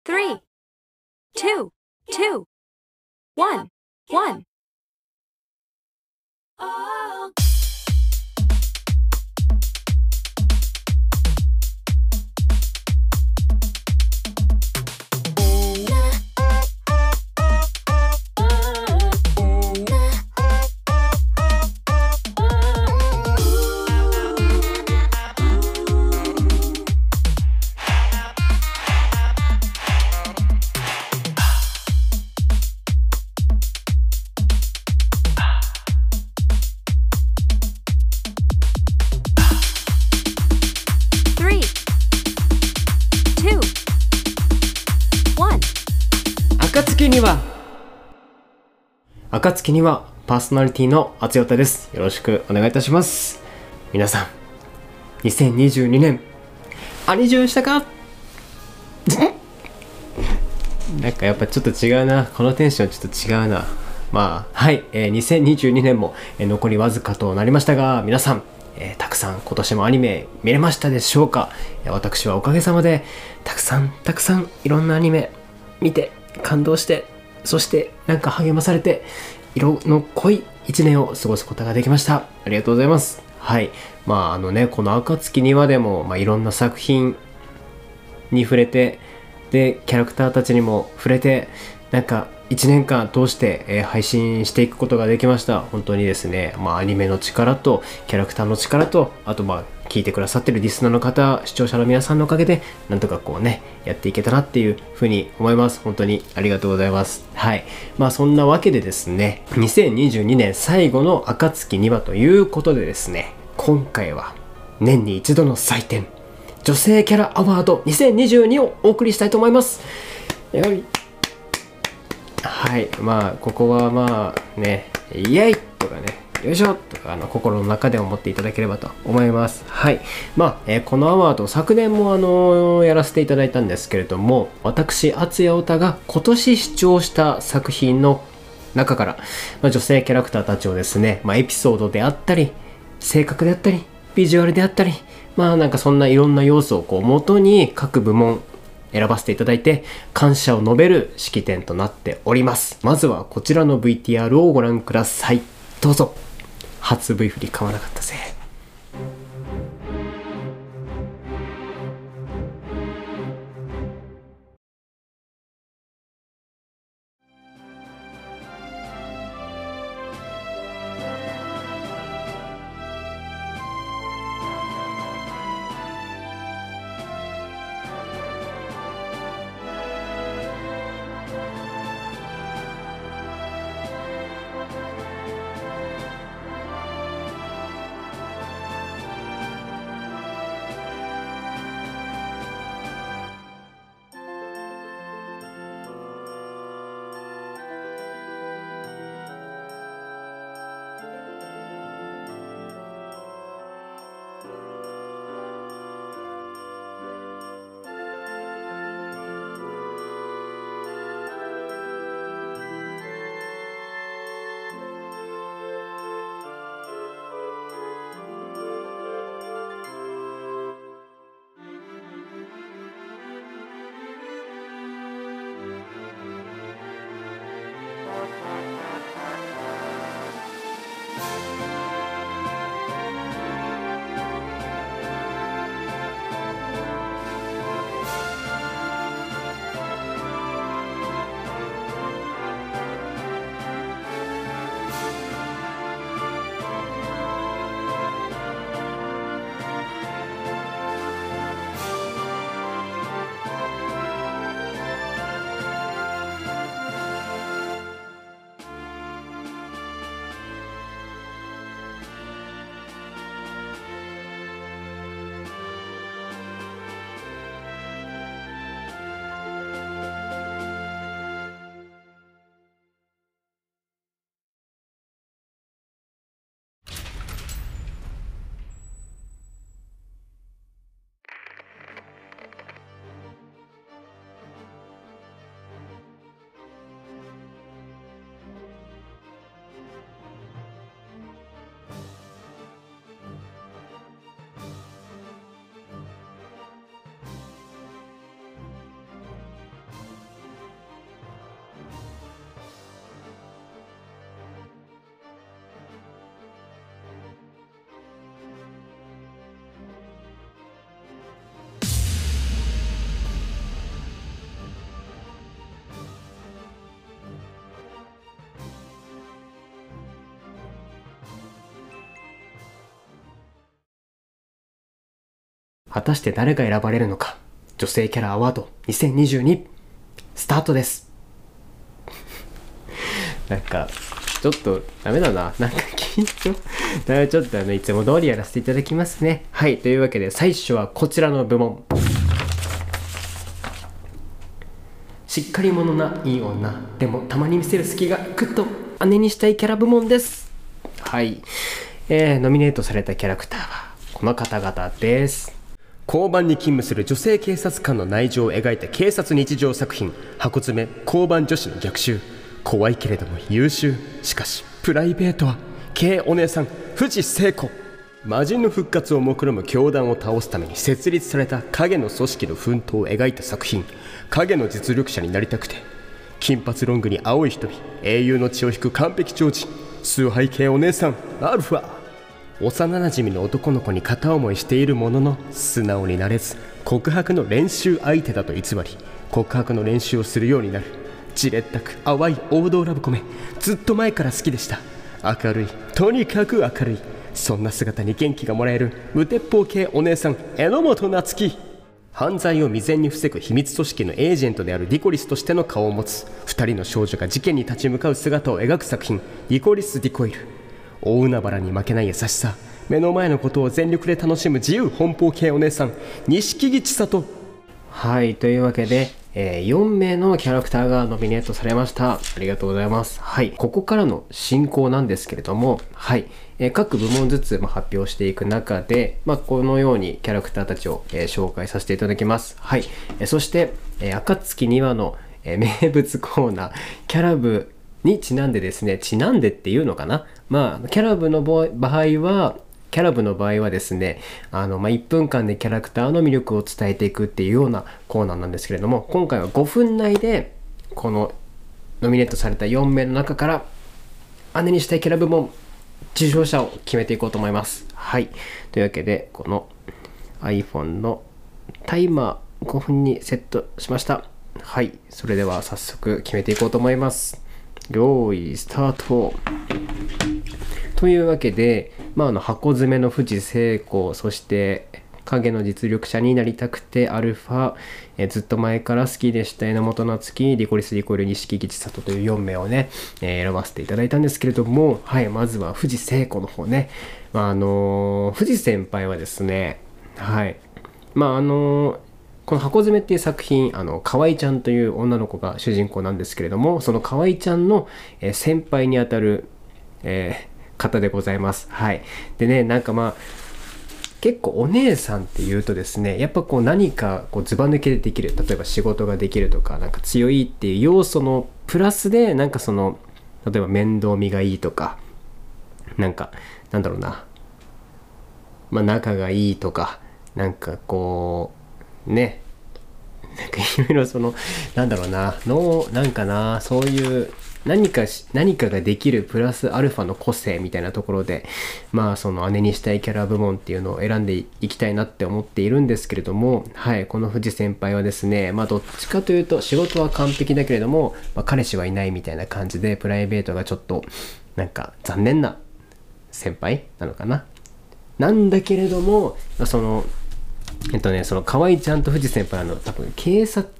3, 2, 2, 1, 1. 暁にはパーソナリティのあつよたです。よろしくお願いいたします。皆さん、2022年アニジュンしたかなんかやっぱちょっと違うな。このテンションちょっと違うな。まあはい、2022年も残りわずかとなりましたが、皆さん、たくさん今年もアニメ見れましたでしょうか。私はおかげさまでたくさんいろんなアニメ見て感動して、そしてなんか励まされて色の濃い一年を過ごすことができました。ありがとうございます。はい。まあこの暁にはでも、いろんな作品に触れて、でキャラクターたちにも触れて、なんか1年間通して、配信していくことができました。本当にですね、アニメの力とキャラクターの力と、あと聞いてくださってるリスナーの方、視聴者の皆さんのおかげでなんとかこうねやっていけたなっていうふうに思います。本当にありがとうございます。はい。そんなわけでですね、2022年最後の暁にはということでですね、今回は年に一度の祭典、女性キャラアワード2022をお送りしたいと思います。はい。ここはね、イエイとかね、よいしょとか心の中で思っていただければと思います。はい。このアワード昨年もやらせていただいたんですけれども、私あつやおたが今年視聴した作品の中から、女性キャラクターたちをですね、エピソードであったり性格であったりビジュアルであったり、なんかそんないろんな要素をこう元に各部門選ばせていただいて感謝を述べる式典となっております。まずはこちらの VTR をご覧ください。どうぞ。初 V 振り買わなかったぜ。 果たして誰が選ばれるのか。女性キャラアワード2022スタートです。なんかちょっとダメだな、なんか緊張ちょっといつも通りやらせていただきますね。はい、というわけで最初はこちらの部門。しっかり者ないい女でもたまに見せる隙がグッと姉にしたいキャラ部門です。はい、ノミネートされたキャラクターはこの方々です。交番に勤務する女性警察官の内情を描いた警察日常作品、箱詰め交番女子の逆襲。怖いけれども優秀、しかしプライベートは K お姉さん藤聖子。魔人の復活を目論む教団を倒すために設立された影の組織の奮闘を描いた作品、影の実力者になりたくて。金髪ロングに青い瞳、英雄の血を引く完璧超人、崇拝系お姉さんアルファ。幼なじみの男の子に片思いしているものの素直になれず、告白の練習相手だと偽り告白の練習をするようになる。じれったく淡い王道ラブコメ、ずっと前から好きでした。明るい、とにかく明るい、そんな姿に元気がもらえる無鉄砲系お姉さん榎本夏樹。犯罪を未然に防ぐ秘密組織のエージェントであるリコリスとしての顔を持つ2人の少女が事件に立ち向かう姿を描く作品、リコリス・ディコイル。大海原に負けない優しさ、目の前のことを全力で楽しむ自由奔放系お姉さん錦木千里。はい、というわけで、4名のキャラクターがノミネートされました。ありがとうございます。はい、ここからの進行なんですけれども、はい、各部門ずつ発表していく中で、このようにキャラクターたちを、紹介させていただきます。はい、そして、暁2話の、名物コーナーキャラ部にちなんでですね、ちなんでっていうのかな、キャラ部の場合はですね、1分間でキャラクターの魅力を伝えていくっていうようなコーナーなんですけれども、今回は5分内でこのノミネートされた4名の中から姉にしたいキャラ部門受賞者を決めていこうと思います。はい、というわけでこの iPhone のタイマー5分にセットしました。はい、それでは早速決めていこうと思います。用意スタート。というわけで、箱詰めの藤聖子、そして影の実力者になりたくてアルファ、ずっと前から好きでした榎本夏樹、リコリス・リコイル、錦木千里という4名をね、選ばせていただいたんですけれども、はい、まずは藤聖子の方ね。藤先輩はですね、はい、この箱詰めっていう作品、河合ちゃんという女の子が主人公なんですけれども、その河合ちゃんの、先輩にあたる、方でございます。はい。でね、結構お姉さんっていうとですね、やっぱ何かずば抜けでできる、例えば仕事ができるとか、強いっていう要素のプラスで、例えば面倒見がいいとか、仲がいいとか、いろいろそういう何かができるプラスアルファの個性みたいなところで、その姉にしたいキャラ部門っていうのを選んでいきたいなって思っているんですけれども、はい、この藤先輩はですね、どっちかというと仕事は完璧だけれども、彼氏はいないみたいな感じで、プライベートがちょっと残念な先輩なのかな、なんだけれども、その河合ちゃんと藤先輩の多分警察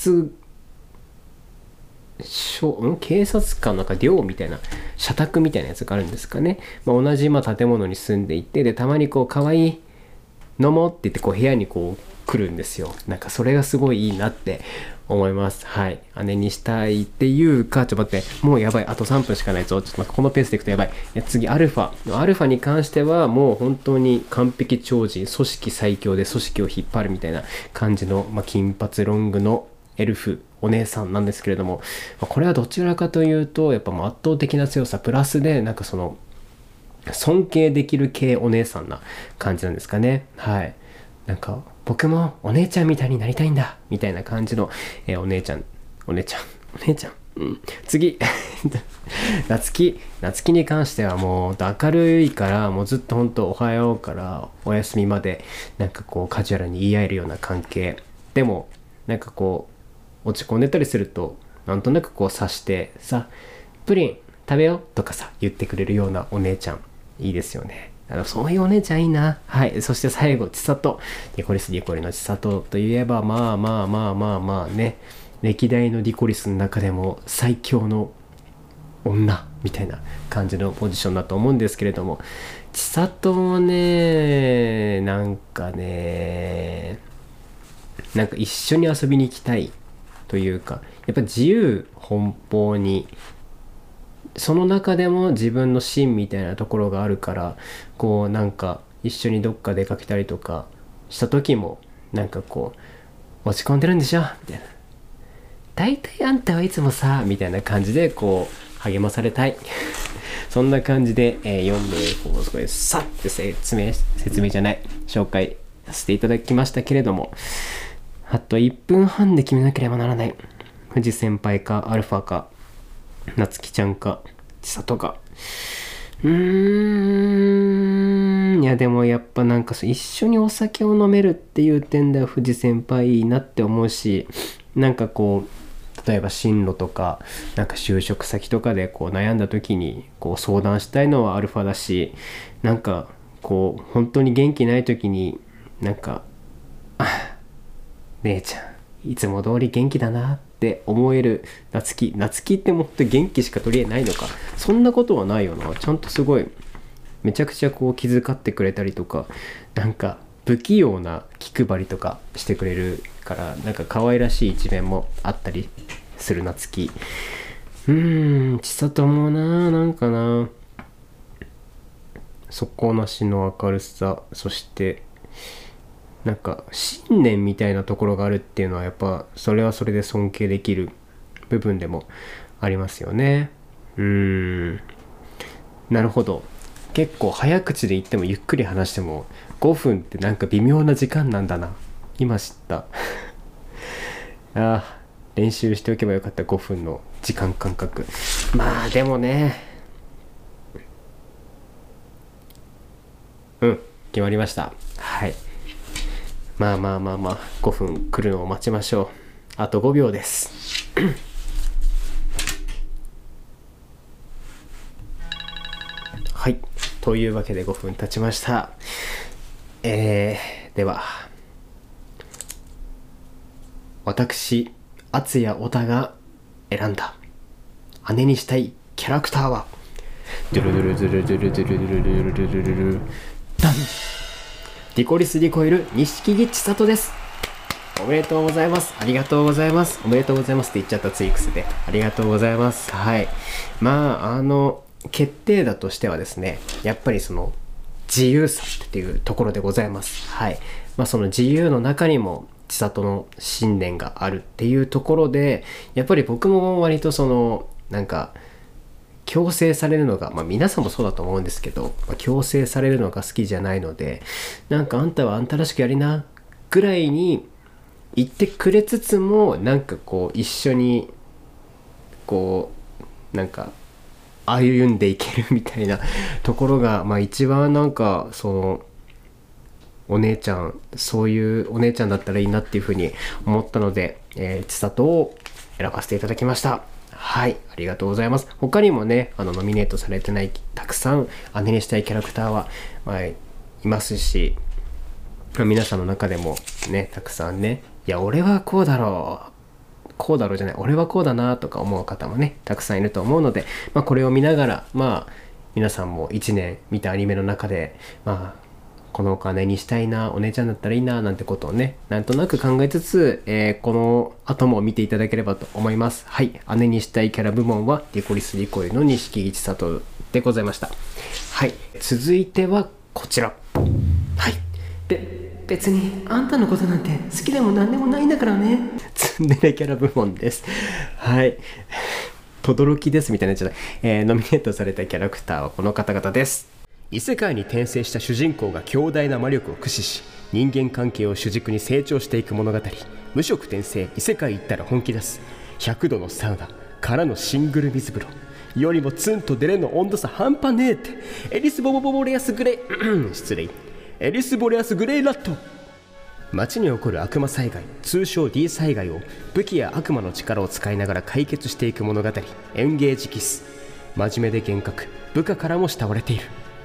官寮みたいな社宅みたいなやつがあるんですかね。同じ建物に住んでいて、でたまに可愛い飲もうって言って部屋に来るんですよ。それがすごいいいなって思います。はい、姉にしたいっていうか、ちょっと待って、もうやばい、あと3分しかないぞ。ちょっとこのペースでいくとやばい。次アルファに関してはもう本当に完璧超人、組織最強で組織を引っ張るみたいな感じの、金髪ロングのエルフお姉さんなんですけれども、これはどちらかというとやっぱ圧倒的な強さプラスで尊敬できる系お姉さんな感じなんですかね。はい、僕もお姉ちゃんみたいになりたいんだみたいな感じの、お姉ちゃん、次夏希に関してはもう明るいから、もうずっと本当おはようからおやすみまでカジュアルに言い合えるような関係でも、落ち込んでたりするとなんとなく察してさ、プリン食べようとかさ言ってくれるようなお姉ちゃん、いいですよね。 そういうお姉ちゃんいいな。はい。そして最後、千里。リコリス・リコリの千里といえば、まあね、歴代のリコリスの中でも最強の女みたいな感じのポジションだと思うんですけれども、千里もね、なんか一緒に遊びに行きたいというか、やっぱ自由奔放に、その中でも自分の芯みたいなところがあるから、こうなんか一緒にどっか出かけたりとかした時も、なんかこう落ち込んでるんでしょみたいな、大体あんたはいつもさみたいな感じでこう励まされたいそんな感じで、読んでこうそこでさって説明じゃない紹介させていただきましたけれども、あと1分半で決めなければならない。藤先輩かアルファか夏希ちゃんか千里か。いやでもやっぱなんか一緒にお酒を飲めるっていう点では藤先輩いいなって思うし、なんかこう例えば進路とかなんか就職先とかでこう悩んだ時にこう相談したいのはアルファだし、なんかこう本当に元気ない時になんか姉ちゃんいつも通り元気だなって思える夏希ってもっと元気しか取り柄ないのか、そんなことはないよな。ちゃんとすごいめちゃくちゃこう気遣ってくれたりとか、なんか不器用な気配りとかしてくれるから、なんか可愛らしい一面もあったりする夏希。千里もなんかな、底なしの明るさ、そしてなんか信念みたいなところがあるっていうのはやっぱそれはそれで尊敬できる部分でもありますよね。なるほど。結構早口で言ってもゆっくり話しても5分ってなんか微妙な時間なんだな、今知った練習しておけばよかった。5分の時間感覚。まあでもね、決まりました。はい、まあ5分来るのを待ちましょう。あと5秒ですはい、というわけで5分経ちました。では私敦也小田が選んだ姉にしたいキャラクターはドゥルドゥルドゥルドゥルドゥルドゥルドゥルドゥルドゥルドゥルダン、リコリスリコイル錦木千里です。おめでとうございます。ありがとうございます。おめでとうございますって言っちゃったツイクスで。ありがとうございます。はい。まあ決定打としてはですね、やっぱりその自由さっていうところでございます。はい。まあその自由の中にも千里の信念があるっていうところで、やっぱり僕も割とそのなんか強制されるのが、皆さんもそうだと思うんですけど、強制されるのが好きじゃないので、なんかあんたはあんたらしくやりなぐらいに言ってくれつつも、なんかこう一緒にこうなんか歩んでいけるみたいなところが、一番なんかそのお姉ちゃん、そういうお姉ちゃんだったらいいなっていうふうに思ったので、千里を選ばせていただきました。はい、ありがとうございます。他にもね、ノミネートされてないたくさん姉にしたいキャラクターは、いますし、皆さんの中でもね、たくさんね、いや俺はこうだろうじゃない、俺はこうだなとか思う方もね、たくさんいると思うので、これを見ながら、皆さんも1年見たアニメの中で、このお姉にしたいな、お姉ちゃんだったらいいななんてことをね、なんとなく考えつつ、この後も見ていただければと思います。はい、姉にしたいキャラ部門はリコリスリコイルの錦木千里でございました。はい、続いてはこちら。はい、別にあんたのことなんて好きでも何でもないんだからね。ツンデレキャラ部門です。はい。轟ですみたいなやつじゃない。ノミネートされたキャラクターはこの方々です。異世界に転生した主人公が強大な魔力を駆使し、人間関係を主軸に成長していく物語。無色転生、異世界行ったら本気出す。100度のサウナからのシングル水風呂よりもツンとデレの温度差半端ねえって。エリスボレアスグレイ失礼、エリスボレアスグレイラット。街に起こる悪魔災害、通称 D 災害を武器や悪魔の力を使いながら解決していく物語。エンゲージキス。真面目で厳格、部下からも慕われているが、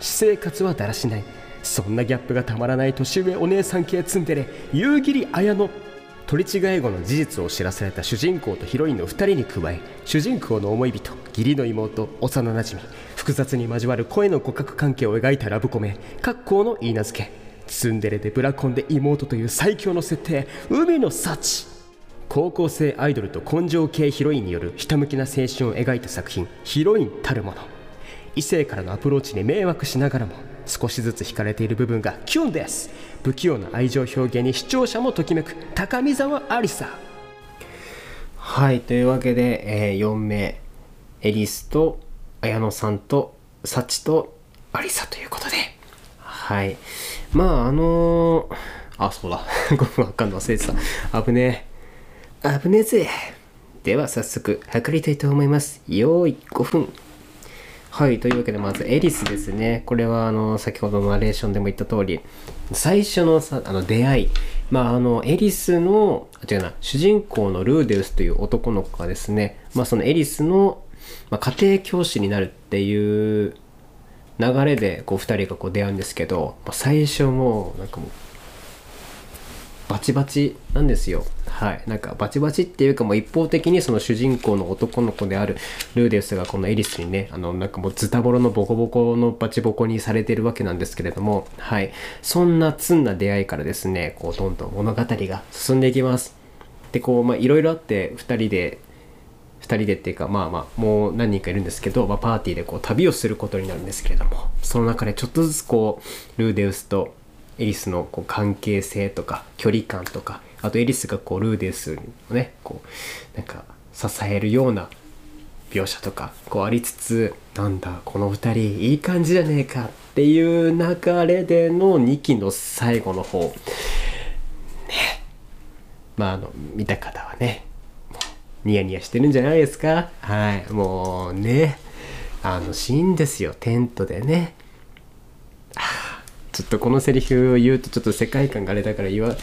私生活はだらしない。そんなギャップがたまらない年上お姉さん系ツンデレ夕霧綾乃。取り違え子の事実を知らされた主人公とヒロインの2人に加え、主人公の思い人、義理の妹、幼なじみ、複雑に交わる恋の互角関係を描いたラブコメ、格好の言い名付け。ツンデレでブラコンで妹という最強の設定、海の幸。高校生アイドルと根性系ヒロインによるひたむきな青春を描いた作品、ヒロインたるもの。異性からのアプローチに迷惑しながらも少しずつ惹かれている部分がキュンです。不器用な愛情表現に視聴者もときめく高見沢ありさ。はい、というわけで、4名エリスと綾乃さんとサチとありさということで、はい、まあそうだごめん、わかんの忘れてた。危ねえぜ。では早速測りたいと思います。よーい5分。はい、というわけでまずエリスですね。これは先ほどのナレーションでも言った通り、最初の出会い、エリスの主人公のルーデウスという男の子がですね、そのエリスの、家庭教師になるっていう流れで2人が出会うんですけど、最初もうバチバチなんですよ。はい、バチバチっていうか、もう一方的にその主人公の男の子であるルーデウスがこのエリスにね、もうズタボロのボコボコのバチボコにされてるわけなんですけれども、はい、そんなツンな出会いからですね、どんどん物語が進んでいきます。でいろいろあって2人でっていうか、もう何人かいるんですけど、パーティーで旅をすることになるんですけれども、その中でちょっとずつルーデウスとエリスの関係性とか距離感とか、あとエリスがルーデウスをね支えるような描写とかありつつ、なんだこの2人いい感じじゃねえかっていう流れでの2期の最後の方ね、見た方はねもうニヤニヤしてるんじゃないですか。はい、もうねシーンですよ、テントでね。ちょっとこのセリフを言うとちょっと世界観があれだからち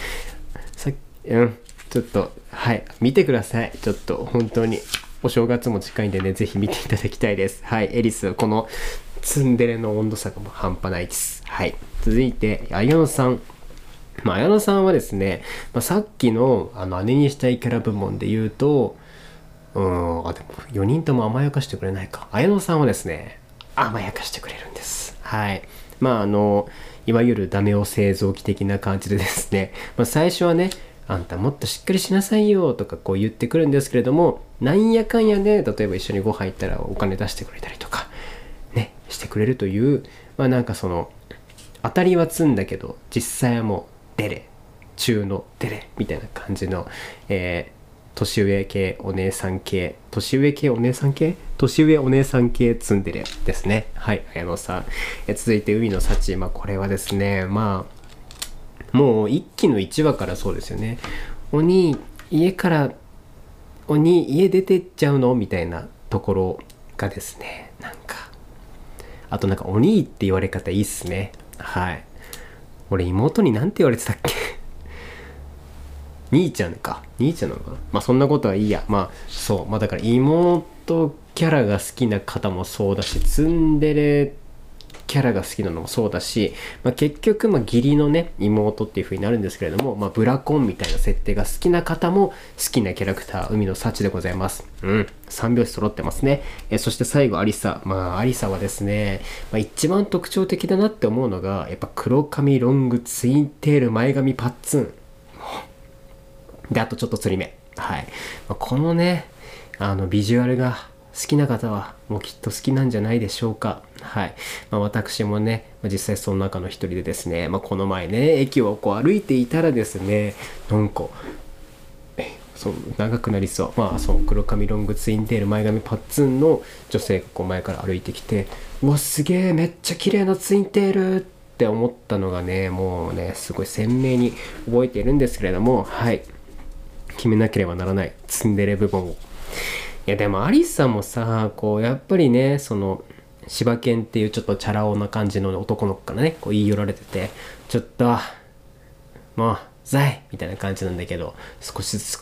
ょっとはい見てください。ちょっと本当にお正月も近いんでね、ぜひ見ていただきたいです。はい、エリスはこのツンデレの温度差がもう半端ないです。はい、続いて綾乃さん。綾乃さんはですね、さっきの姉にしたいキャラ部門で言うとでも4人とも甘やかしてくれないか。綾乃さんはですね甘やかしてくれるんです。はい、いわゆるダメ男製造機的な感じでですね、最初はね、あんたもっとしっかりしなさいよとか言ってくるんですけれども、なんやかんやね、例えば一緒にご飯行ったらお金出してくれたりとかねしてくれるという、当たりは積んだけど実際はもうデレ中のデレみたいな感じの、年上お姉さん系ツンデレですね。はい、綾乃さん。続いて海の幸。これはですね、もう一期の1話からそうですよね。鬼家出てっちゃうのみたいなところがですね、あと鬼って言われ方いいっすね。はい、俺妹になんて言われてたっけ兄ちゃんなのかな、そんなことはいいや。そうだから妹キャラが好きな方もそうだし、ツンデレキャラが好きなのもそうだし、結局義理のね妹っていう風になるんですけれども、ブラコンみたいな設定が好きな方も好きなキャラクター海の幸でございます。3拍子揃ってますね。そして最後アリサ。アリサはですね、一番特徴的だなって思うのがやっぱ黒髪ロングツインテール前髪パッツンで、あとちょっと釣り目。はい、このねビジュアルが好きな方はもうきっと好きなんじゃないでしょうか。はい、私もね実際その中の一人でですね、この前ね駅を歩いていたらですね、そう長くなりそう、その黒髪ロングツインテール前髪パッツンの女性が前から歩いてきて、うわすげえめっちゃ綺麗なツインテールって思ったのがね、もうねすごい鮮明に覚えているんですけれども、はい、決めなければならないツンデレ部分を。いやでもアリスさんもさ、やっぱりね、その柴犬っていうちょっとチャラ男な感じの男の子からね言い寄られてて、ちょっともうザイみたいな感じなんだけど、少しずつ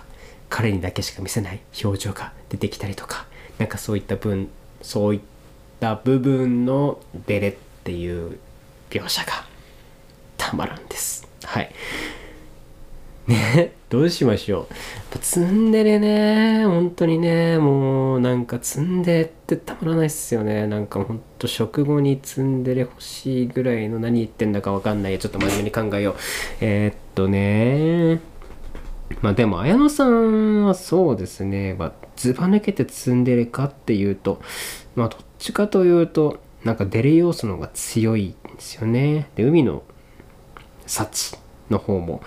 彼にだけしか見せない表情が出てきたりとか、そういったった部分のデレっていう描写がたまらんです。はいね、どうしましょう。やっぱツンデレね、本当にね、もうなんかツンデレってたまらないっすよね。なんかほんと食後にツンデレ欲しいぐらいの、何言ってんだかわかんない。ちょっと真面目に考えよう。まあでも綾野さんはそうですね、まあ、ずば抜けてツンデレかっていうと、まあどっちかというとなんかデレ要素の方が強いんですよね。で、海の幸の方も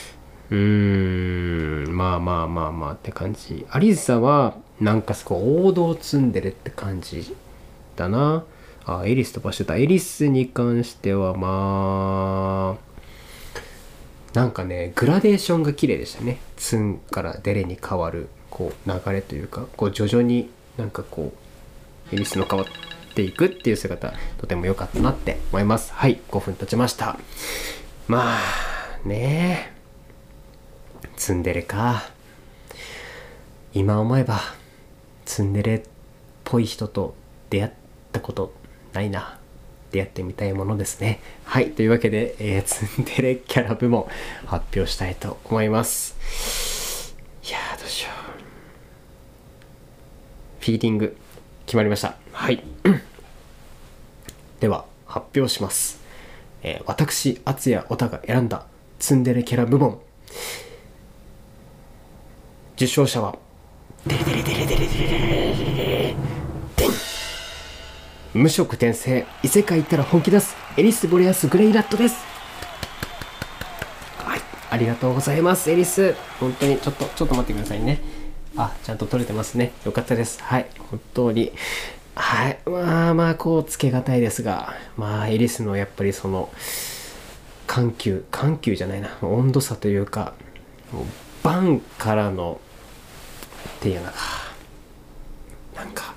まあって感じ。アリサはなんかすごい王道ツンデレって感じだな。エリス飛ばしてた。エリスに関してはまあなんかね、グラデーションが綺麗でしたね。ツンからデレに変わるこう流れというか、こう徐々になんかこうエリスの変わっていくっていう姿、とても良かったなって思います。はい、5分経ちました。まあねえ、ツンデレか。今思えばツンデレっぽい人と出会ったことないな。出会ってみたいものですね。はい、というわけで、ツンデレキャラ部門発表したいと思います。いやー、どうしよう。フィーリング決まりました。はい。では発表します。私、敦也オタが選んだツンデレキャラ部門、受賞者は無色転生、異世界行ったら本気出すエリス・ボレアス・グレイラットです。はい、ありがとうございます。エリス、本当にちょっと待ってくださいね。ちゃんと撮れてますね。よかったです。はい、本当に。はい、まあこうつけがたいですが、まあエリスのやっぱりその緩急じゃないな、温度差というか、もうバンからのっていうのがなんか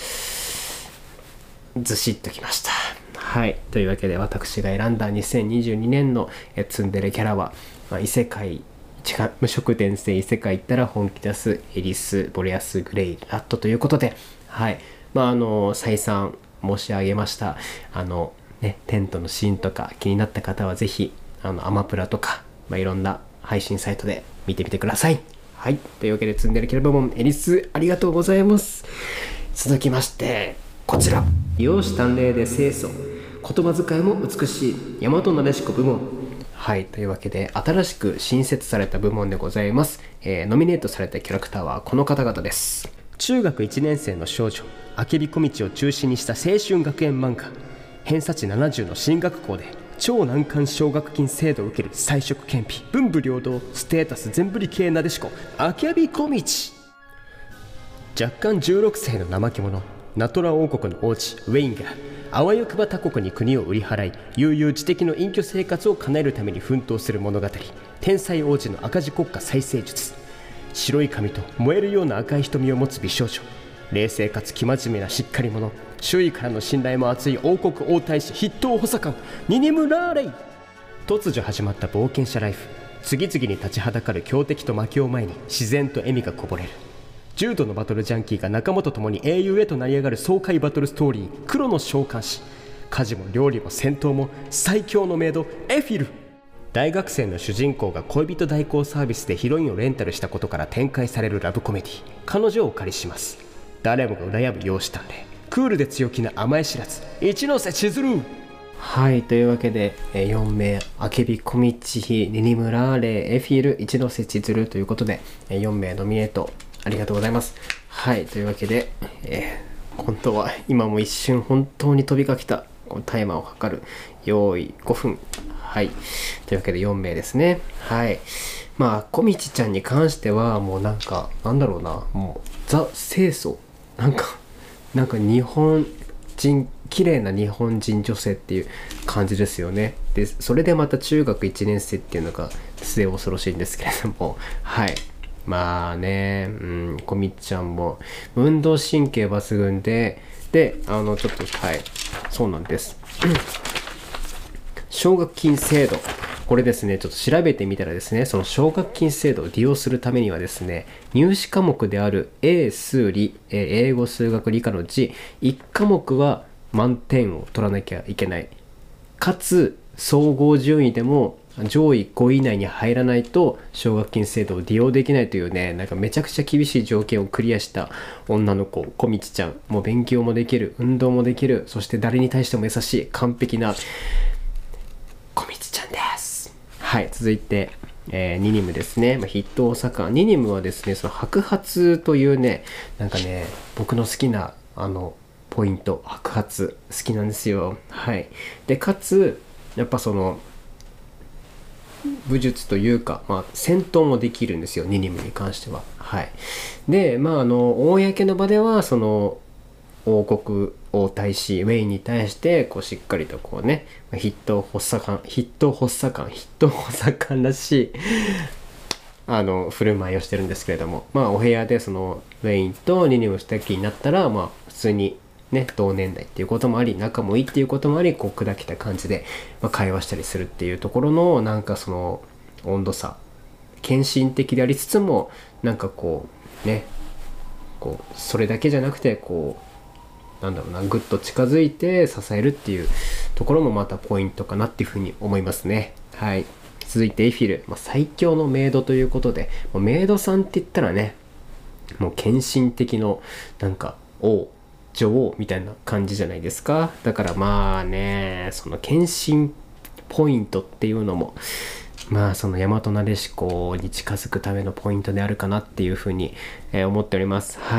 ずしっときました。はい、というわけで私が選んだ2022年のツンデレキャラは、異世界無色転生異世界行ったら本気出すエリス・ボレアス・グレイラットということで、はい、再三申し上げましたテントのシーンとか気になった方はぜひアマプラとか、いろんな配信サイトで見てみてください。はい、というわけでツンデレキャラ部門エリスありがとうございます。続きましてこちら、容姿端麗で清楚、言葉遣いも美しい大和なでしこ部門。はい、というわけで新しく新設された部門でございます。ノミネートされたキャラクターはこの方々です。中学1年生の少女あけびこみちを中心にした青春学園漫画、偏差値70の進学校で超難関奨学金制度を受ける才色兼備文武両道ステータス全振り系なでしこあけびこみち。若干16歳の怠け者ナトラ王国の王子ウェインがあわよくば他国に国を売り払い悠々自適の隠居生活を叶えるために奮闘する物語、天才王子の赤字国家再生術。白い髪と燃えるような赤い瞳を持つ美少女、冷静かつ生真面目なしっかり者、周囲からの信頼も厚い王国王太子筆頭補佐官ニニムラーレイ。突如始まった冒険者ライフ、次々に立ちはだかる強敵と負けを前に自然と笑みがこぼれる。重度のバトルジャンキーが仲間と共に英雄へと成り上がる爽快バトルストーリー、黒の召喚師。家事も料理も戦闘も最強のメイドエフィル。大学生の主人公が恋人代行サービスでヒロインをレンタルしたことから展開されるラブコメディ、彼女をお借りします。誰もが羨む容姿端麗、クールで強気な甘え知らず一ノ瀬千鶴。はい、というわけで4名、あけびこみちひ、ニニムラーレイ、エフィル、一ノ瀬千鶴ということで4名ノミネートありがとうございます。はい、というわけで、本当は今も一瞬本当に飛びかけたこのタイマーを測る。用意5分。はい、というわけで4名ですね。はい、こみちちゃんに関してはもうなんだろうな、もうザ清楚、なんか日本人、綺麗な日本人女性っていう感じですよね。でそれでまた中学1年生っていうのが末恐ろしいんですけれども、はい、こみちゃんも運動神経抜群でちょっとはいそうなんです奨学金制度、これですね、ちょっと調べてみたらですね、その奨学金制度を利用するためにはですね、入試科目である英数理、英語数学理科のうち1科目は満点を取らなきゃいけない。かつ総合順位でも上位5位以内に入らないと奨学金制度を利用できないというね、なんかめちゃくちゃ厳しい条件をクリアした女の子、こみちちゃん。もう勉強もできる、運動もできる、そして誰に対しても優しい、完璧なこみちちゃんです。はい、続いて、ニニムですね。筆頭作家。ニニムはですね、その白髪というね、なんかね、僕の好きなポイント、白髪好きなんですよ。はい。で、かつやっぱその武術というか、戦闘もできるんですよ、ニニムに関しては。はい。で、公の場ではその王国王太子ウェイに対してこうしっかりとこうね、筆頭発作官らしい振る舞いをしてるんですけれども、お部屋でそのウェインとニニムした気になったら、普通にね、同年代っていうこともあり、仲もいいっていうこともあり、こう砕けた感じで、会話したりするっていうところのなんかその温度差、献身的でありつつも、なんかこうね、こうそれだけじゃなくてこうなんだろうな、ぐっと近づいて支えるっていうところもまたポイントかなっていうふうに思いますね。はい。続いてエイフィル、最強のメイドということで、メイドさんって言ったらね、もう献身的のなんか王女王みたいな感じじゃないですか。だからその献身ポイントっていうのもその大和なでしこに近づくためのポイントであるかなっていうふうに、思っております。はい。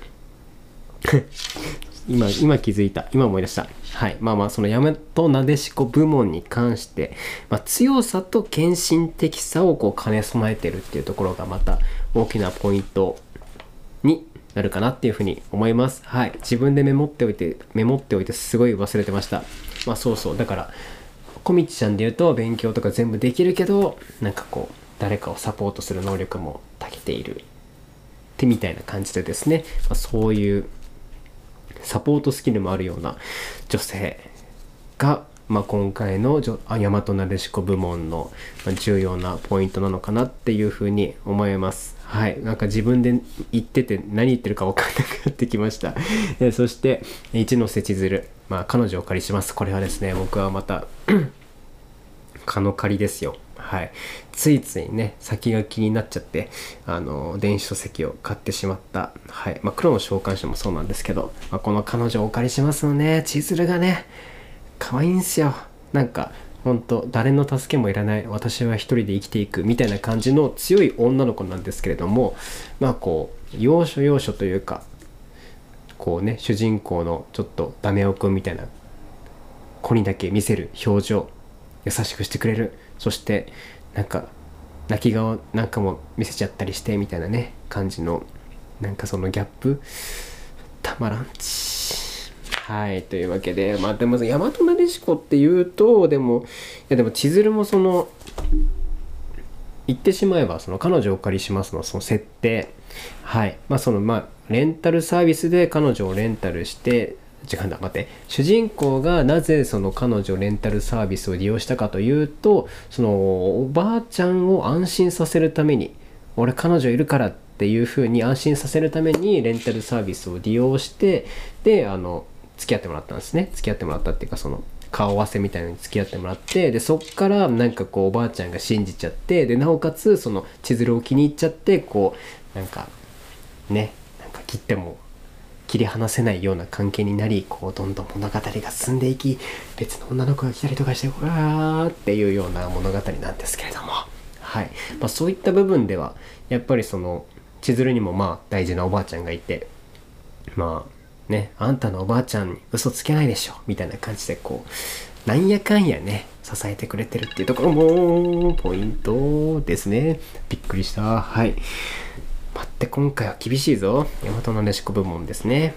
今気づいた、今思い出した。はい。その大和なでしこ部門に関して、強さと献身的さをこう兼ね備えてるっていうところがまた大きなポイントになるかなっていうふうに思います。はい。自分でメモっておいてすごい忘れてました。そうだからこみちちゃんで言うと勉強とか全部できるけど、なんかこう誰かをサポートする能力も長けているってみたいな感じでですね、そういうサポートスキルもあるような女性が、今回の大和なでしこ部門の重要なポイントなのかなっていうふうに思います。はい。なんか自分で言ってて何言ってるか分かんなくなってきました。そして一ノ瀬千鶴、彼女をお借りします。これはですね、僕はまた蚊の借りですよ。はい。ついついね、先が気になっちゃって電子書籍を買ってしまった。はい。黒の召喚書もそうなんですけど、この彼女をお借りしますのね、千鶴がね可愛いんすよ。なんかほんと誰の助けもいらない、私は一人で生きていくみたいな感じの強い女の子なんですけれども、こう要所要所というか、こうね、主人公のちょっとダメ男くんみたいな子にだけ見せる表情、優しくしてくれる、そしてなんか泣き顔なんかも見せちゃったりしてみたいなね感じの、なんかそのギャップたまらんち。はい。というわけで、でも大和なでしこっていうと、でも千鶴もその言ってしまえばその彼女をお借りしますのその設定、はい。レンタルサービスで彼女をレンタルして、主人公がなぜその彼女レンタルサービスを利用したかというと、そのおばあちゃんを安心させるために、俺彼女いるからっていう風に安心させるためにレンタルサービスを利用して、で付き合ってもらったんですね。付き合ってもらったっていうか、その顔合わせみたいなのに付き合ってもらって、でそっからなんかこうおばあちゃんが信じちゃって、でなおかつその千鶴を気に入っちゃって、こうなんかね、なんか切っても切り離せないような関係になり、こうどんどん物語が進んでいき、別の女の子が来たりとかして、うわーっていうような物語なんですけれども、はい。そういった部分ではやっぱりその千鶴にも大事なおばあちゃんがいて、あんたのおばあちゃんに嘘つけないでしょみたいな感じで、こうなんやかんやね支えてくれてるっていうところもポイントですね。びっくりした。はい。待って、今回は厳しいぞ。大和なでしこ部門ですね。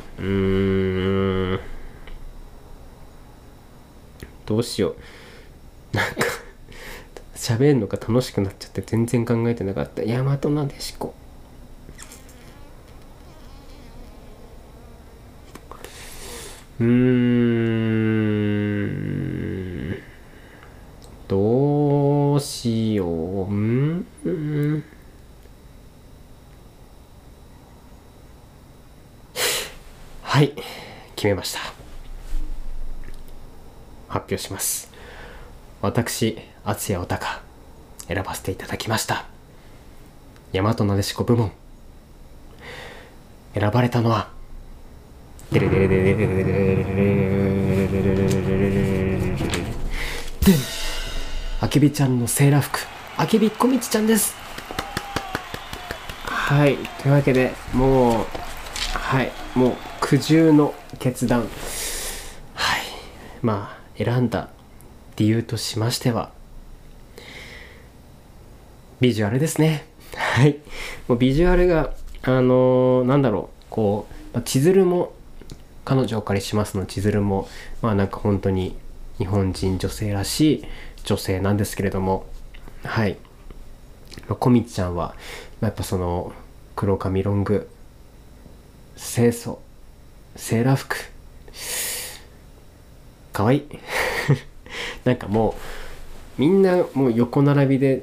どうしよう。なんか喋るのが楽しくなっちゃって全然考えてなかった。大和なでしこ。どうしよう。はい、決めました。 発表します。私、厚谷おたか選ばせていただきました。大和なでしこ部門選ばれたのはデレデレデレデレデレデレデレデレデレあけびちゃんのセーラー服、あけびこみちちゃんです。はい、というわけでもう苦渋の決断。はい、まあ選んだ理由としましてはビジュアルですね。はい、もうビジュアルがなんだろう、こう千鶴も彼女をお借りしますの千鶴もなんか本当に日本人女性らしい女性なんですけれども、はい、こみちゃんはやっぱその黒髪ロング清楚セーラー服かわいいなんかもうみんなもう横並びで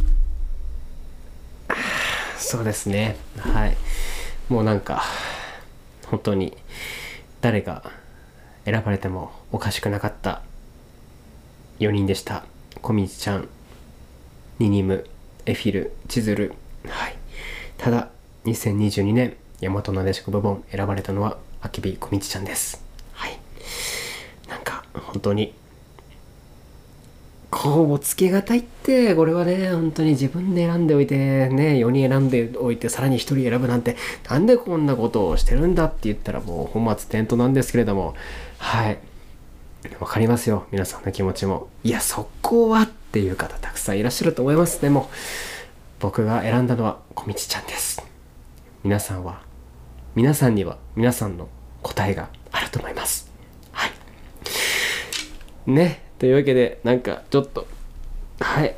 そうですね、はい、もうなんか本当に誰が選ばれてもおかしくなかった4人でした。こみちゃん、ニニム、エフィル、千鶴、はい、ただ2022年大和なでしこ部門選ばれたのはあけびこみちちゃんです。はい、なんか本当にこうつけがたいって、これはね本当に自分で選んでおいてね、4人選んでおいてさらに1人選ぶなんてなんでこんなことをしてるんだって言ったらもう本末転倒なんですけれども、はい、わかりますよ皆さんの気持ちも。いやそこはっていう方たくさんいらっしゃると思います。でも僕が選んだのはこみちちゃんです。皆さんには皆さんの答えがあると思います。はいね、というわけでなんかちょっとはい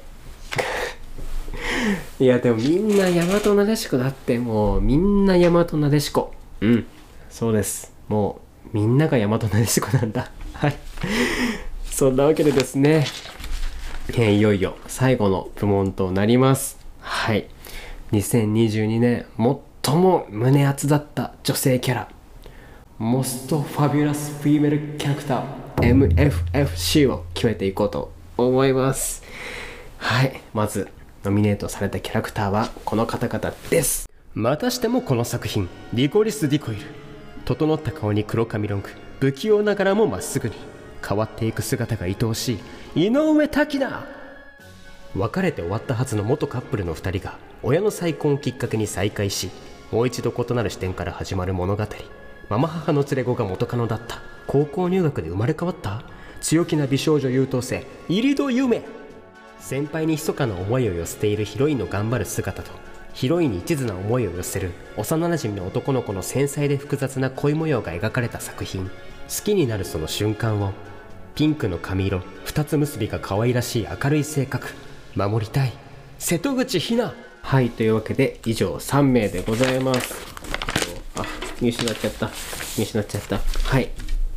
いやでもみんな大和なでしこだって、もうみんな大和なでしこ、そうです、もうみんなが大和なでしこなんだはいそんなわけでですね、いよいよ最後の部門となります。はい、2022年最も胸熱だった女性キャラ、モストファビュラスフィメルキャラクター MFFC を決めていこうと思います。はい、まずノミネートされたキャラクターはこの方々です。またしてもこの作品、リコリス・ディコイル。整った顔に黒髪ロング、不器用ながらもまっすぐに変わっていく姿が愛おしい井上滝菜。別れて終わったはずの元カップルの2人が親の再婚をきっかけに再会し、もう一度異なる視点から始まる物語。ママ母の連れ子が元カノだった。高校入学で生まれ変わった強気な美少女優等生入戸夢。先輩に密かな思いを寄せているヒロインの頑張る姿と、ヒロインに一途な思いを寄せる幼なじみの男の子の繊細で複雑な恋模様が描かれた作品。好きになるその瞬間を、ピンクの髪色、二つ結びが可愛らしい明るい性格、守りたい瀬戸口ひな。はい、というわけで以上3名でございます。見失っちゃったはい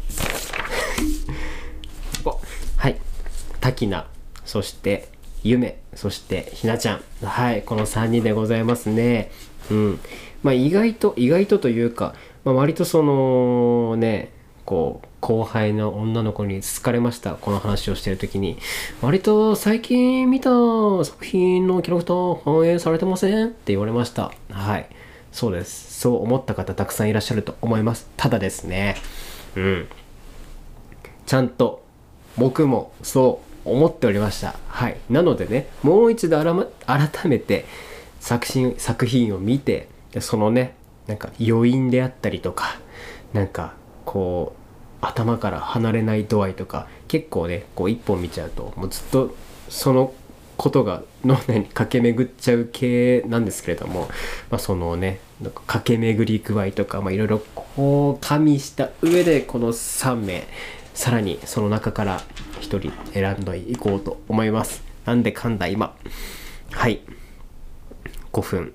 はい、滝菜、そして夢、そしてひなちゃん、はい、この3人でございますね。意外とというか、割とそのね、こう後輩の女の子に好かれました。この話をしている時に、割と最近見た作品のキャラクター反映されてませんって言われました。はい、そうです。そう思った方たくさんいらっしゃると思います。ただですね、ちゃんと僕もそう思っておりました。はい、なのでね、もう一度改めて作品を見て、そのね、なんか余韻であったりとか、なんかこう頭から離れない度合いとか、結構ねこう一本見ちゃうともうずっとそのことが脳内に駆け巡っちゃう系なんですけれども、そのねなんか駆け巡り具合とかいろいろこう加味した上でこの3名、さらにその中から1人選んでいこうと思います。なんでかんだ今、はい5分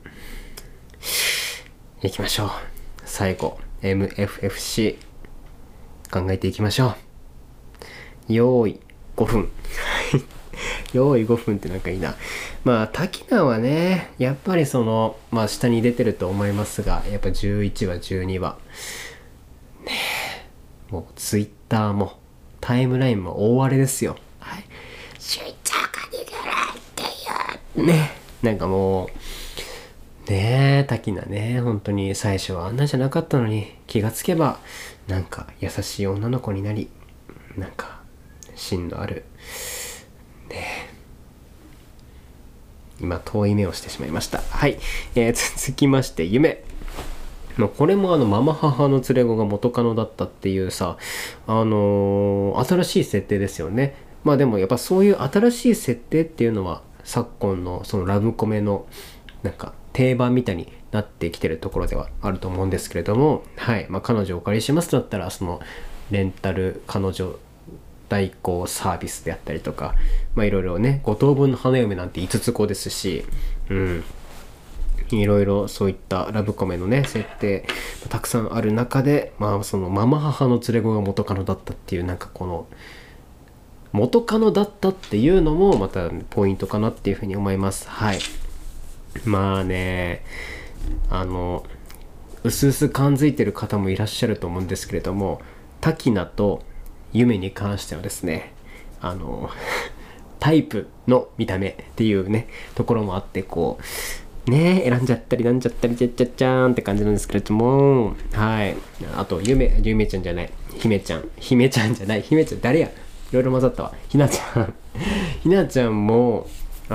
いきましょう。最後 MFFC 考えていきましょう。用意5分用意5分ってなんかいいな。滝菜はね、やっぱりその下に出てると思いますが、やっぱ11話12話ねえ、もうツイッターもタイムラインも大荒れですよ。はい。しゅいちゃんが逃げるっていうね、なんかもうねえ、滝菜ね、本当に最初はあんなじゃなかったのに、気がつけばなんか優しい女の子になり、なんか芯のあるね、今遠い目をしてしまいました。はい、続きまして夢。これもママ母の連れ子が元カノだったっていうさ、新しい設定ですよね。まあでもやっぱそういう新しい設定っていうのは昨今のそのラブコメのなんか定番みたいになってきてるところではあると思うんですけれども、はい、まあ彼女をお借りしますだったらそのレンタル彼女代行サービスであったりとか、まあいろいろね、五等分の花嫁なんて5つ子ですし、いろいろそういったラブコメのね設定たくさんある中で、まあそのママ母の連れ子が元カノだったっていう、なんかこの元カノだったっていうのもまたポイントかなっていうふうに思います。はい。まあね、うすうす感づいてる方もいらっしゃると思うんですけれども、滝菜と夢に関してはですね、タイプの見た目っていうねところもあって、こうね選んじゃったりなんじゃったりちゃっちゃっちゃーんって感じなんですけれども、はい。あとゆめちゃんじゃない、姫ちゃんじゃない、姫ちゃん誰や、いろいろ混ざったわ。ひなちゃんひなちゃんも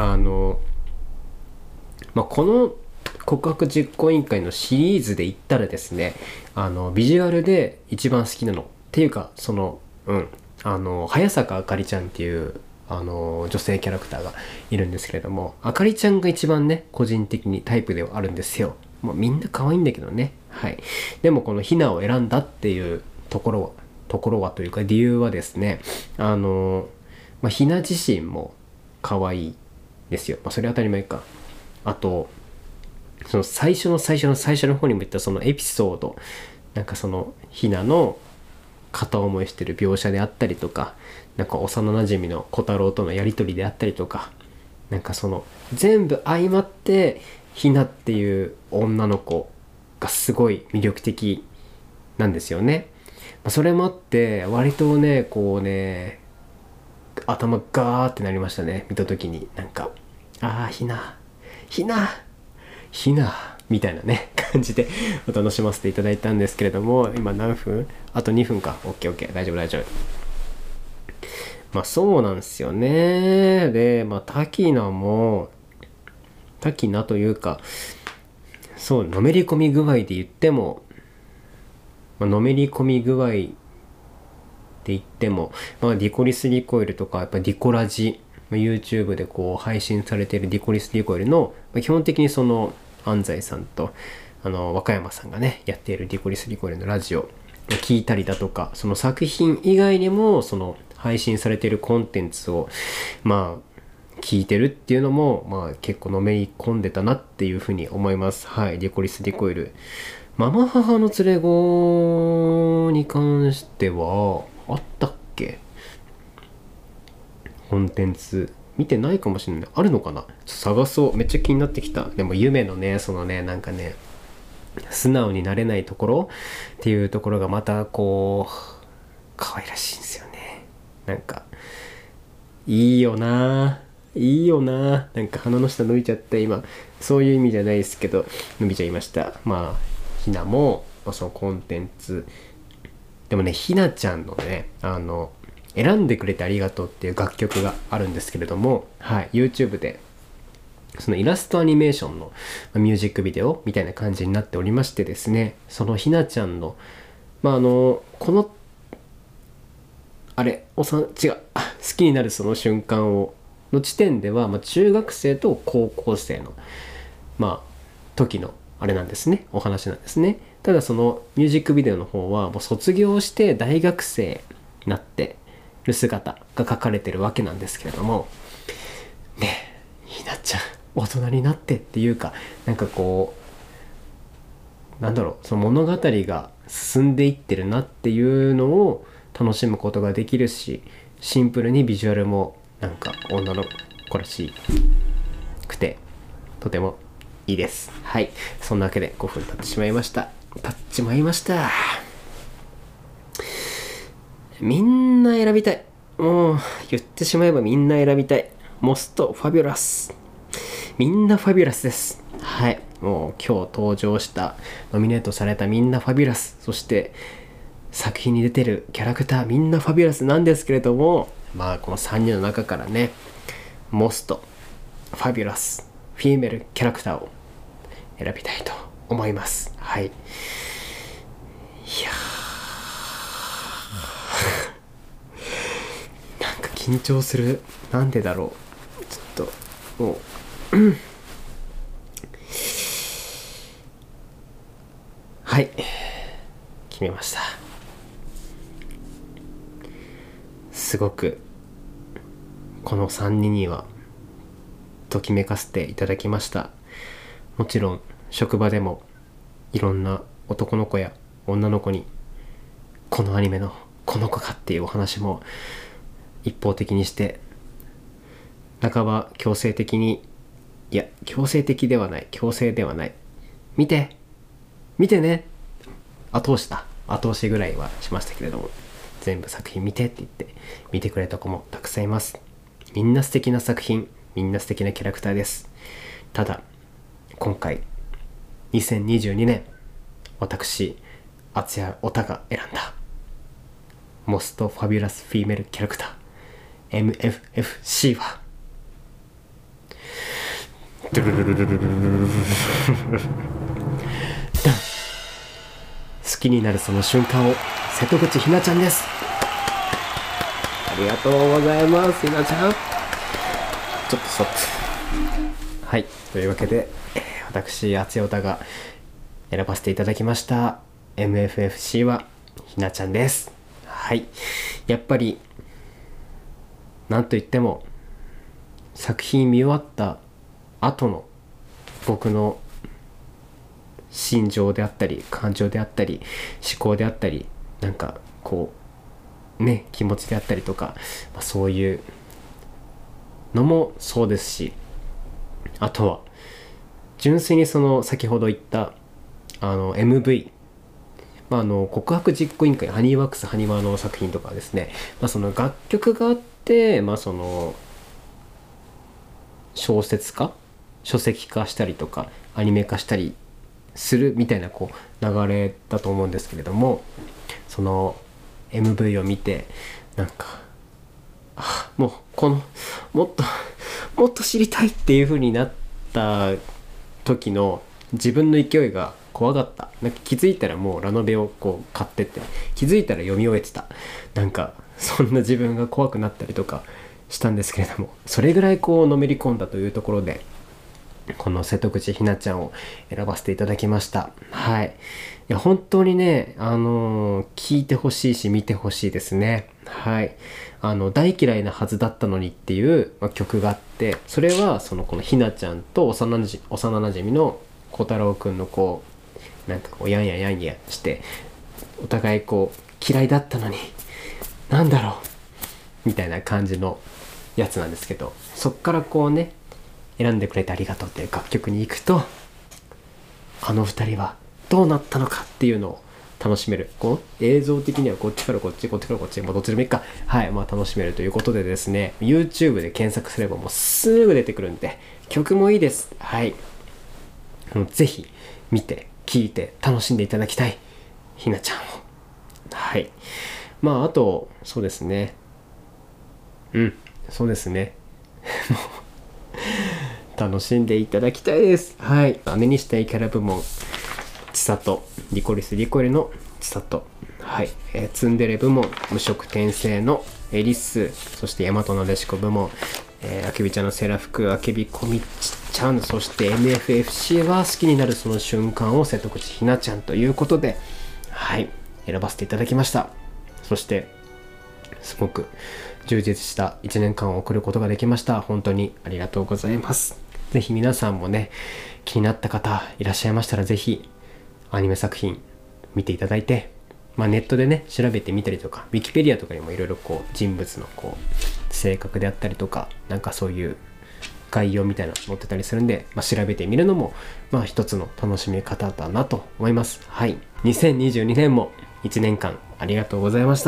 まあ、この告白実行委員会のシリーズで言ったらですね、ビジュアルで一番好きなのっていうか、その早坂あかりちゃんっていう女性キャラクターがいるんですけれども、あかりちゃんが一番ね個人的にタイプではあるんですよ。もうみんな可愛いんだけどね。はい。でもこのひなを選んだっていうところはというか理由はですね、まあ、ひな自身も可愛いですよ。まあ、それ当たり前か。あとその最初の方にも言ったそのエピソード、なんかそのひなの片思いしてる描写であったりとか、なんか幼なじみの小太郎とのやり取りであったりとか、なんかその全部相まってひなっていう女の子がすごい魅力的なんですよね。それもあって割とねこうね頭ガーってなりましたね、見た時に。なんかひなみたいなね感じで楽しませていただいたんですけれども、今何分？あと2分か。オッケー大丈夫。まあそうなんですよね。で、まあ滝菜というか、そう、のめり込み具合で言っても、まあ、ディコリスリコイルとかやっぱディコラジ、YouTube でこう配信されているディコリスリコイルの、基本的にその安西さんと和歌山さんがねやっているディコリスリコイルのラジオを聞いたりだとか、その作品以外にもその配信されているコンテンツをまあ聞いてるっていうのも、まあ結構のめり込んでたなっていうふうに思います。はい。ディコリスリコイル、ママ母の連れ子に関してはあったっけ？コンテンツ見てないかもしれない。あるのかな？ちょっと探そう。めっちゃ気になってきた。でも夢のね、そのね、なんかね、素直になれないところっていうところがまたこう可愛らしいんですよね。なんかいいよな、なんか鼻の下伸びちゃって、今そういう意味じゃないですけど伸びちゃいました。まあひなも、そのコンテンツでもね、ひなちゃんのね選んでくれてありがとうっていう楽曲があるんですけれども、はい、YouTube でそのイラストアニメーションのミュージックビデオみたいな感じになっておりましてですね、そのひなちゃんのこの好きになるその瞬間の地点では、中学生と高校生の時のあれなんですね、お話なんですね。ただそのミュージックビデオの方はもう卒業して大学生になってる姿が描かれてるわけなんですけれどもね、ひなちゃん大人になってっていうか、なんかこうその物語が進んでいってるなっていうのを楽しむことができるし、シンプルにビジュアルもなんか女の子らしくてとてもいいです。はい。そんなわけで5分経っちまいました。 みんな選びたい。もう言ってしまえばみんな選びたい。モストファビュラス。みんなファビュラスです。はい。もう今日登場したノミネートされたみんなファビュラス、そして作品に出てるキャラクターみんなファビュラスなんですけれども、まあこの3人の中からね、モストファビュラスフィメルキャラクターを選びたいと思います。はい。いやーなんか緊張する。なんでだろう。ちょっともうはい、決めました。すごくこの3人にはときめかせていただきました。もちろん職場でもいろんな男の子や女の子にこのアニメのこの子かっていうお話も一方的にして、半ば強制的に、いや強制的ではない、強制ではない、見てね、後押しぐらいはしましたけれども、全部作品見てって言って見てくれた子もたくさんいます。みんな素敵な作品、みんな素敵なキャラクターです。ただ今回2022年私厚谷オタが選んだモストファビュラスフィメルキャラクター MFFC は好きになるその瞬間を瀬戸口ひなちゃんです。ありがとうございます。ひなちゃん、ちょっとストップ。はい、というわけで、私厚谷オタが選ばせていただきました MFFC はひなちゃんです。はい、やっぱりなんといっても作品見終わった後の僕の心情であったり感情であったり思考であったり、なんかこうね、気持ちであったりとか、そういうのもそうですし、あとは純粋にその先ほど言ったMV、告白実行委員会ハニーワークスハニワの作品とかですね、その楽曲があって、その小説化書籍化したりとかアニメ化したりするみたいなこう流れだと思うんですけれども、その MV を見てなんかもうこのもっと知りたいっていう風になった時の自分の勢いが怖かった。なんか気づいたらもうラノベをこう買ってて、気づいたら読み終えてた。なんかそんな自分が怖くなったりとかしたんですけれども、それぐらいこうのめり込んだというところでこの瀬戸口ひなちゃんを選ばせていただきました。はい。いや本当にね、聞いてほしいし見てほしいですね。はい。大嫌いなはずだったのにっていう、曲があって、それはこのひなちゃんと幼なじみの小太郎くんのこうなんかこうやんやしてお互いこう嫌いだったのになんだろうみたいな感じのやつなんですけど、そっからこうね、選んでくれてありがとうっていう楽曲に行くと、あの二人はどうなったのかっていうのを楽しめる。こう映像的にはこっちからこっち、こっちからこっち、どっちでもいいか、はい、楽しめるということでですね、 YouTube で検索すればもうすぐ出てくるんで、曲もいいです。はい、もうぜひ見て聴いて楽しんでいただきたいひなちゃんを。はい、あとそうですね、そうですね楽しんでいただきたいです。はい。姉にしたいキャラ部門、千里、リコリス・リコレの千里。はい。ツンデレ部門、無色転生のエリス、そして大和なでしこ部門、あけびちゃんのセーラー服、あけびこみちゃん、そして MFFC は好きになるその瞬間を瀬戸口ひなちゃんということで、はい。選ばせていただきました。そして、すごく充実した1年間を送ることができました。本当にありがとうございます。ぜひ皆さんもね、気になった方いらっしゃいましたら、ぜひアニメ作品見ていただいて、ネットでね調べてみたりとか、ウィキペディアとかにもいろいろこう人物のこう性格であったりとか、なんかそういう概要みたいなの載ってたりするんで、調べてみるのも一つの楽しみ方だなと思います。はい、2022年も1年間ありがとうございました。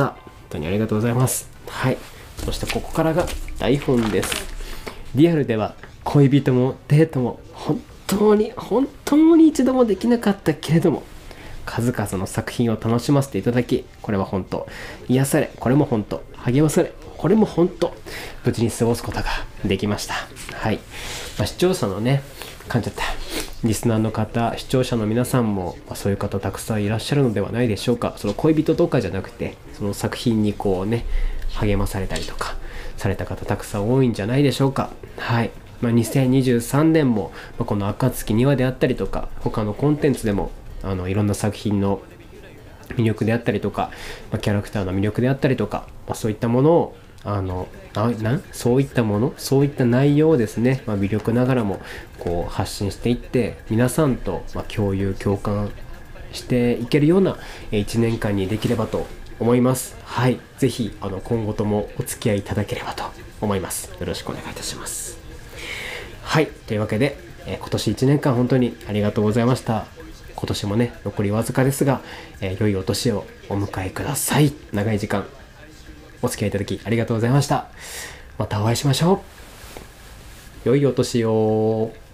当にありがとうございます。はい。そしてここからが台本です。リアルでは恋人もデートも本当に一度もできなかったけれども、数々の作品を楽しませていただき、これは本当癒され、これも本当励まされ、これも本当無事に過ごすことができました。はい。視聴者のね、噛んじゃった。リスナーの方、視聴者の皆さんも、そういう方たくさんいらっしゃるのではないでしょうか。その恋人とかじゃなくて、その作品にこうね、励まされたりとかされた方たくさん多いんじゃないでしょうか。はい。2023年も、この暁にわであったりとか、他のコンテンツでもいろんな作品の魅力であったりとか、キャラクターの魅力であったりとか、そういったものをそういった内容をですね、微力ながらもこう発信していって、皆さんと共感していけるような1年間にできればと思います。はい。ぜひ今後ともお付き合いいただければと思います。よろしくお願いいたします。はい。というわけで、今年1年間本当にありがとうございました。今年もね、残りわずかですが、良いお年をお迎えください。長い時間お付き合いいただきありがとうございました。またお会いしましょう。良いお年を。